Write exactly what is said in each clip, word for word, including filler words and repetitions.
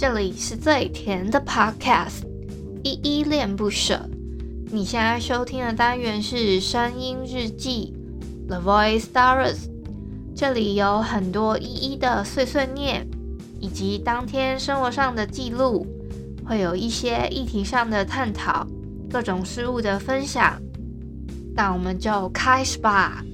这里是最甜的 Podcast， 依依恋不舍。你现在收听的单元是声音日记 The Voice Diaries， 这里有很多依依的碎碎念，以及当天生活上的记录，会有一些议题上的探讨，各种事物的分享。那我们就开始吧。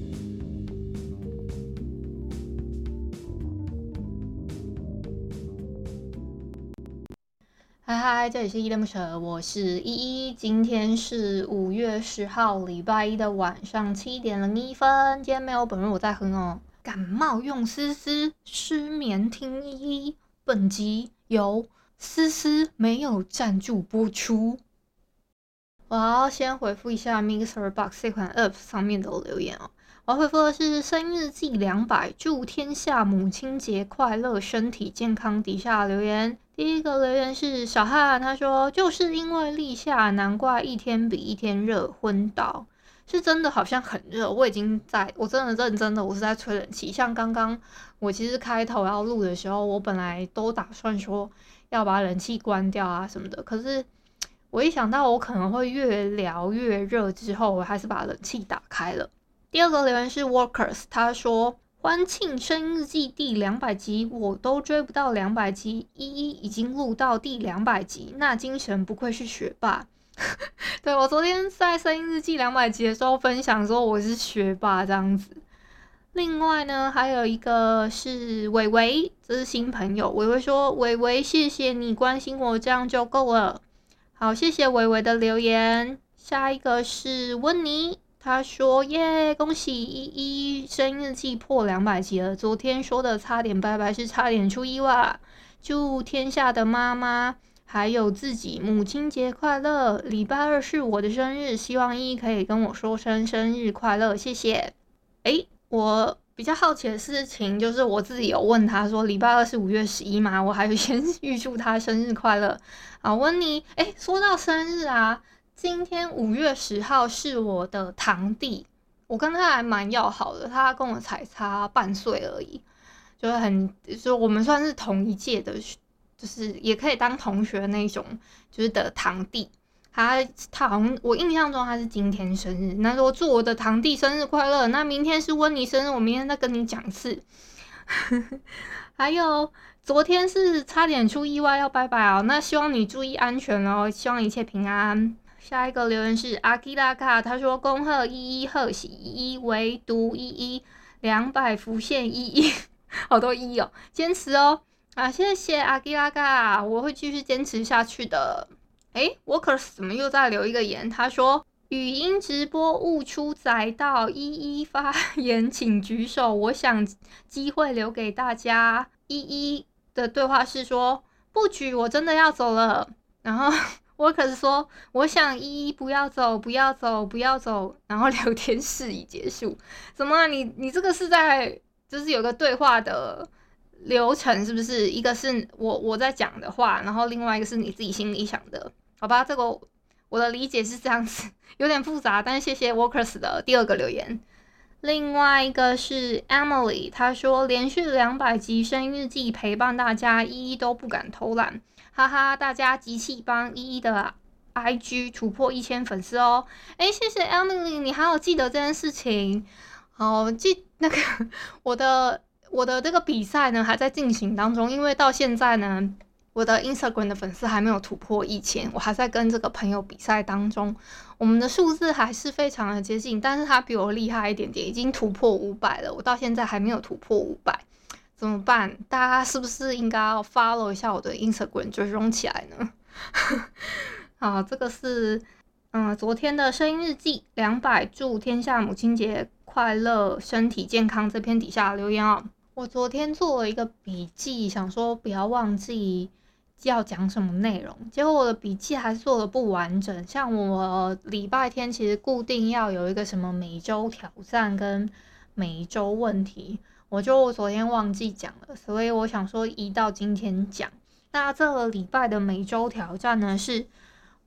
嗨嗨，这里是依恋不舍，我是依依。今天是五月十号，礼拜一的晚上七点零一分。今天没有本日我在哼哦。感冒用思思，失眠听依依。本集由思思没有赞助播出。我要先回复一下 MixerBox 这款 App 上面的留言哦。我要回复的是生日记两百，祝天下母亲节快乐，身体健康。底下留言，第一个留言是小汉，他说就是因为立夏，难怪一天比一天热，昏倒。是真的好像很热，我已经在，我真的认真的，我是在吹冷气。像刚刚我其实开头要录的时候，我本来都打算说要把冷气关掉啊什么的，可是我一想到我可能会越聊越热之后，我还是把冷气打开了。第二个留言是 Workers， 他说欢庆生日记第两百集，我都追不到两百集，依依已经录到第两百集，那精神不愧是学霸。对，我昨天在生日记两百集的时候分享说我是学霸这样子。另外呢，还有一个是伟伟，这是新朋友。伟伟说：“伟伟，谢谢你关心我，这样就够了。”好，谢谢伟伟的留言。下一个是温妮，他说：“耶，恭喜依依生日记破两百集了。昨天说的差点拜拜是差点出意外，祝天下的妈妈还有自己母亲节快乐。礼拜二是我的生日，希望依依可以跟我说声生日快乐，谢谢。”诶，我比较好奇的事情就是我自己有问他说礼拜二是五月十一吗？我还有先预祝他生日快乐。好，温妮，诶，说到生日啊，今天五月十号是我的堂弟，我跟他还蛮要好的，他跟我才差半岁而已，就是很，就我们算是同一届的，就是也可以当同学那种，就是的堂弟。他他好像我印象中他是今天生日，那说祝我的堂弟生日快乐。那明天是温妮生日，我明天再跟你讲一次。还有昨天是差点出意外要拜拜哦，那希望你注意安全哦，希望一切平安。下一个留言是阿基拉卡，他说恭贺依依，贺喜依依，唯独依依两百浮现依依，好多依哦，坚持哦啊！谢谢阿基拉卡，我会继续坚持下去的。诶 Workers 怎么又在留一个言？他说语音直播误出载到，依依发言请举手，我想机会留给大家。依依的对话是说不举，我真的要走了。然后 Workers 说我想依依不要走，不要走，不要走。然后聊天室已结束。什么、啊？你你这个是在就是有个对话的流程是不是？一个是我我在讲的话，然后另外一个是你自己心里想的，好吧？这个我的理解是这样子，有点复杂，但是谢谢 Workers 的第二个留言。另外一个是 Emily， 她说连续两百集生日记陪伴大家，依依都不敢偷懒，哈哈！大家集气帮依依的 I G 突破一千粉丝哦。哎，谢谢 Emily， 你还有记得这件事情。好，记那个我的。我的这个比赛呢还在进行当中，因为到现在呢，我的 Instagram 的粉丝还没有突破一千，我还在跟这个朋友比赛当中，我们的数字还是非常的接近，但是他比我厉害一点点，已经突破五百了，我到现在还没有突破五百，怎么办？大家是不是应该要 follow 一下我的 Instagram 追踪起来呢？好，这个是嗯昨天的生日记两百，祝天下母亲节快乐，身体健康。这篇底下留言哦。我昨天做了一个笔记，想说不要忘记要讲什么内容，结果我的笔记还是做的不完整。像我礼拜天其实固定要有一个什么每周挑战跟每周问题，我就昨天忘记讲了，所以我想说移到今天讲。那这个礼拜的每周挑战呢是，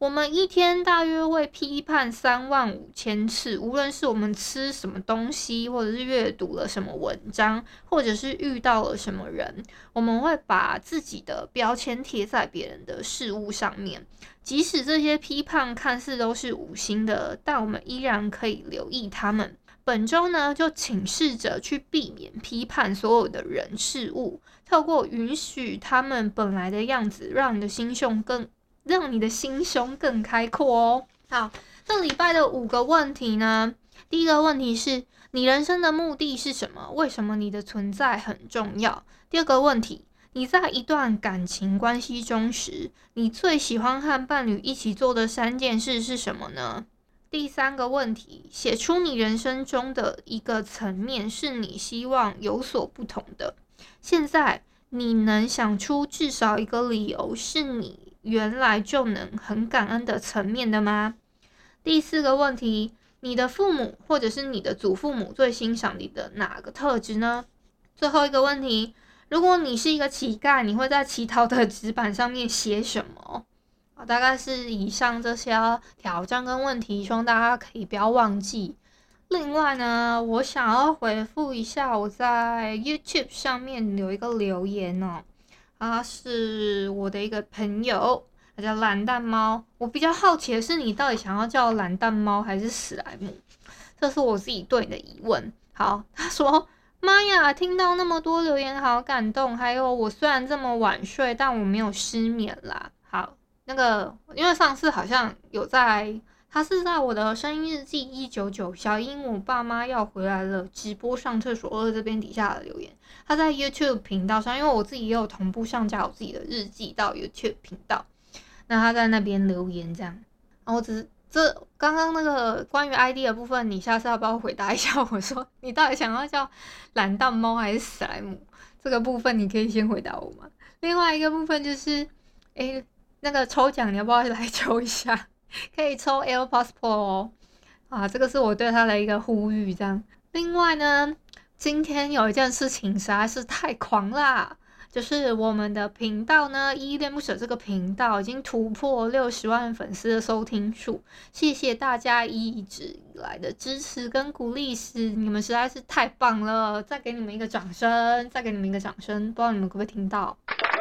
我们一天大约会批判三万五千次，无论是我们吃什么东西，或者是阅读了什么文章，或者是遇到了什么人，我们会把自己的标签贴在别人的事物上面。即使这些批判看似都是无心的，但我们依然可以留意他们。本周呢，就请试着去避免批判所有的人事物，透过允许他们本来的样子，让你的心胸更让你的心胸更开阔哦。好，这礼拜的五个问题呢，第一个问题是你人生的目的是什么？为什么你的存在很重要？第二个问题，你在一段感情关系中时，你最喜欢和伴侣一起做的三件事是什么呢？第三个问题，写出你人生中的一个层面是你希望有所不同的。现在你能想出至少一个理由是你原来就能很感恩的层面的吗？第四个问题，你的父母或者是你的祖父母最欣赏你的哪个特质呢？最后一个问题，如果你是一个乞丐，你会在乞讨的纸板上面写什么？大概是以上这些挑战跟问题，希望大家可以不要忘记。另外呢，我想要回复一下我在 YouTube 上面有一个留言哦，他是我的一个朋友，他叫蓝蛋猫。我比较好奇的是，你到底想要叫蓝蛋猫还是史莱姆？这是我自己对你的疑问。好，他说：“妈呀，听到那么多留言，好感动。还有，我虽然这么晚睡，但我没有失眠啦。”好。那个，因为上次好像有在，他是在我的声音日记一九九小英我爸妈要回来了直播上厕所二这边底下的留言，他在 YouTube 频道上，因为我自己也有同步上架我自己的日记到 YouTube 频道，那他在那边留言这样，然后只是这刚刚那个关于 I D 的部分，你下次要不要回答一下我说你到底想要叫蓝蛋猫还是史莱姆？这个部分你可以先回答我吗？另外一个部分就是，诶。那个抽奖你要不要来抽一下？可以抽 AirPods Pro 哦。啊，这个是我对他的一个呼吁，这样。另外呢，今天有一件事情实在是太狂啦，就是我们的频道呢，依依恋不舍这个频道已经突破六十万粉丝的收听数，谢谢大家一直以来的支持跟鼓励，是你们实在是太棒了，再给你们一个掌声，再给你们一个掌声，不知道你们可不可以听到？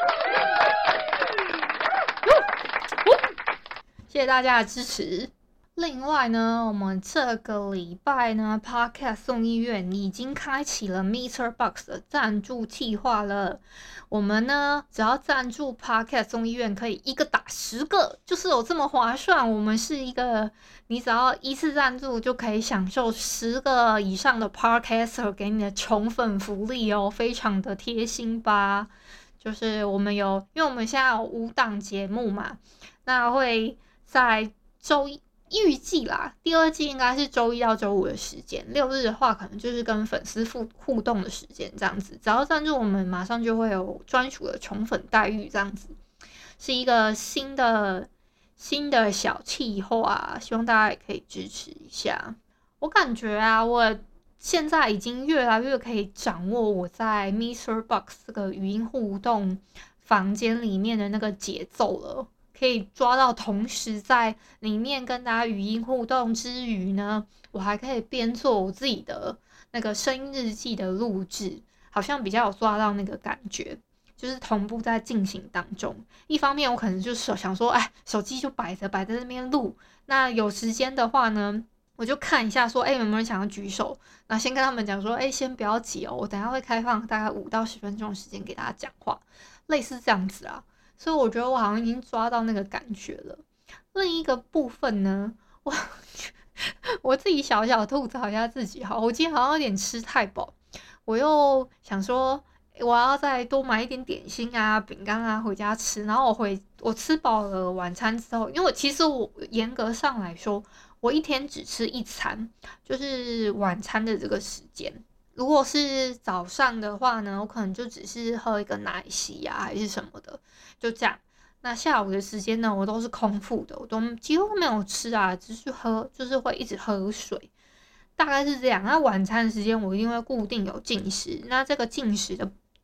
谢谢大家的支持。另外呢，我们这个礼拜呢 Podcast 送医院已经开启了 MixerBox 的赞助计划了。我们呢只要赞助 Podcast 送医院可以一个打十个，就是有这么划算。我们是一个你只要一次赞助就可以享受十个以上的 Podcaster 给你的宠粉福利哦，非常的贴心吧。就是我们有，因为我们现在有五档节目嘛，那会在周一预计啦，第二季应该是周一到周五的时间，六日的话可能就是跟粉丝互互动的时间这样子。只要赞助我们，马上就会有专属的宠粉待遇，这样子是一个新的新的小企划，希望大家也可以支持一下。我感觉啊，我现在已经越来越可以掌握我在 MixerBox 这个语音互动房间里面的那个节奏了。可以抓到，同时在里面跟大家语音互动之余呢，我还可以边做我自己的那个声音日记的录制，好像比较有抓到那个感觉，就是同步在进行当中。一方面我可能就是想说，哎，手机就摆着摆在那边录，那有时间的话呢，我就看一下说，哎，有没有人想要举手？那先跟他们讲说，哎，先不要急哦，我等一下会开放大概五到十分钟的时间给大家讲话，类似这样子啊。所以我觉得我好像已经抓到那个感觉了。另一个部分呢，我我自己小小吐槽一下自己，好，我今天好像有点吃太饱，我又想说我要再多买一点点心啊、饼干啊回家吃。然后我回我吃饱了晚餐之后，因为我其实我严格上来说，我一天只吃一餐，就是晚餐的这个时间。如果是早上的话呢，我可能就只是喝一个奶昔啊，还是什么的，就这样。那下午的时间呢，我都是空腹的，我都几乎没有吃啊，只是喝，就是会一直喝水，大概是这样。那晚餐的时间我一定会固定有进食，那这个进食的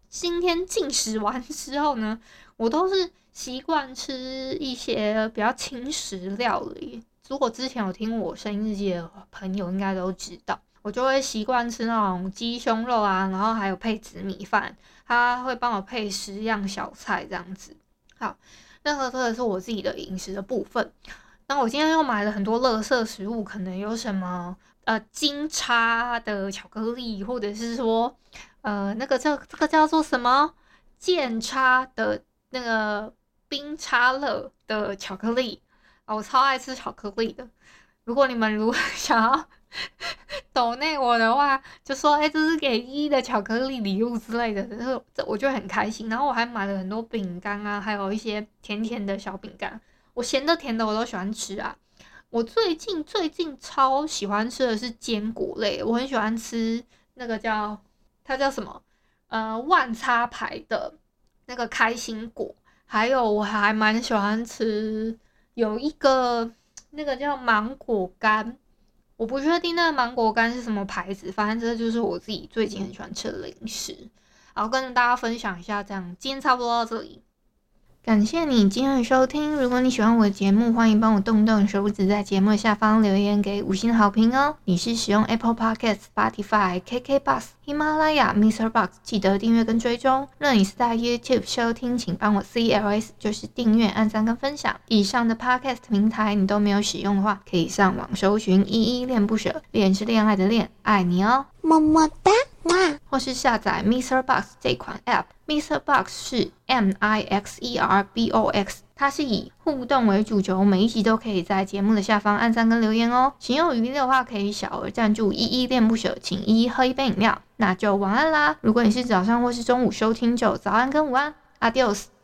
今天进食完之后呢，我都是习惯吃一些比较轻食料理。如果之前有听我声音日记的朋友应该都知道，我就会习惯吃那种鸡胸肉啊，然后还有配紫米饭，他会帮我配十样小菜这样子。好，那个这个是我自己的饮食的部分。那我今天又买了很多垃圾食物，可能有什么呃金叉的巧克力，或者是说呃那个叫这个叫做什么剑叉的那个冰叉乐的巧克力啊，我超爱吃巧克力的。如果你们如果想要抖内我的话，就说哎、欸，这是给依依的巧克力礼物之类的，这这我就很开心。然后我还买了很多饼干啊，还有一些甜甜的小饼干。我咸的甜的我都喜欢吃啊。我最近最近超喜欢吃的是坚果类，我很喜欢吃那个叫它叫什么呃万叉牌的那个开心果，还有我还蛮喜欢吃有一个那个叫芒果干。我不确定那个芒果干是什么牌子，反正这就是我自己最近很喜欢吃的零食。好，跟大家分享一下，这样今天差不多到这里。感谢你今天的收听，如果你喜欢我的节目，欢迎帮我动动手指，在节目下方留言给五星好评哦。你是使用 Apple Podcast、Spotify、K K Bus、喜马拉雅、Mister Box， 记得订阅跟追踪。若你是在 YouTube 收听，请帮我 C L S， 就是订阅、按赞跟分享。以上的 Podcast 平台你都没有使用的话，可以上网搜寻依依恋不舍，恋是恋爱的恋，爱你哦，么么哒。或是下载 Mister Box 这款 App，Mister Box 是 M I X E R B O X， 它是以互动为主轴，每一集都可以在节目的下方按赞跟留言哦。行有余力的话，可以小额赞助依依恋不舍，请依依喝一杯饮料。那就晚安啦！如果你是早上或是中午收听，就早安跟午安 ，Adios。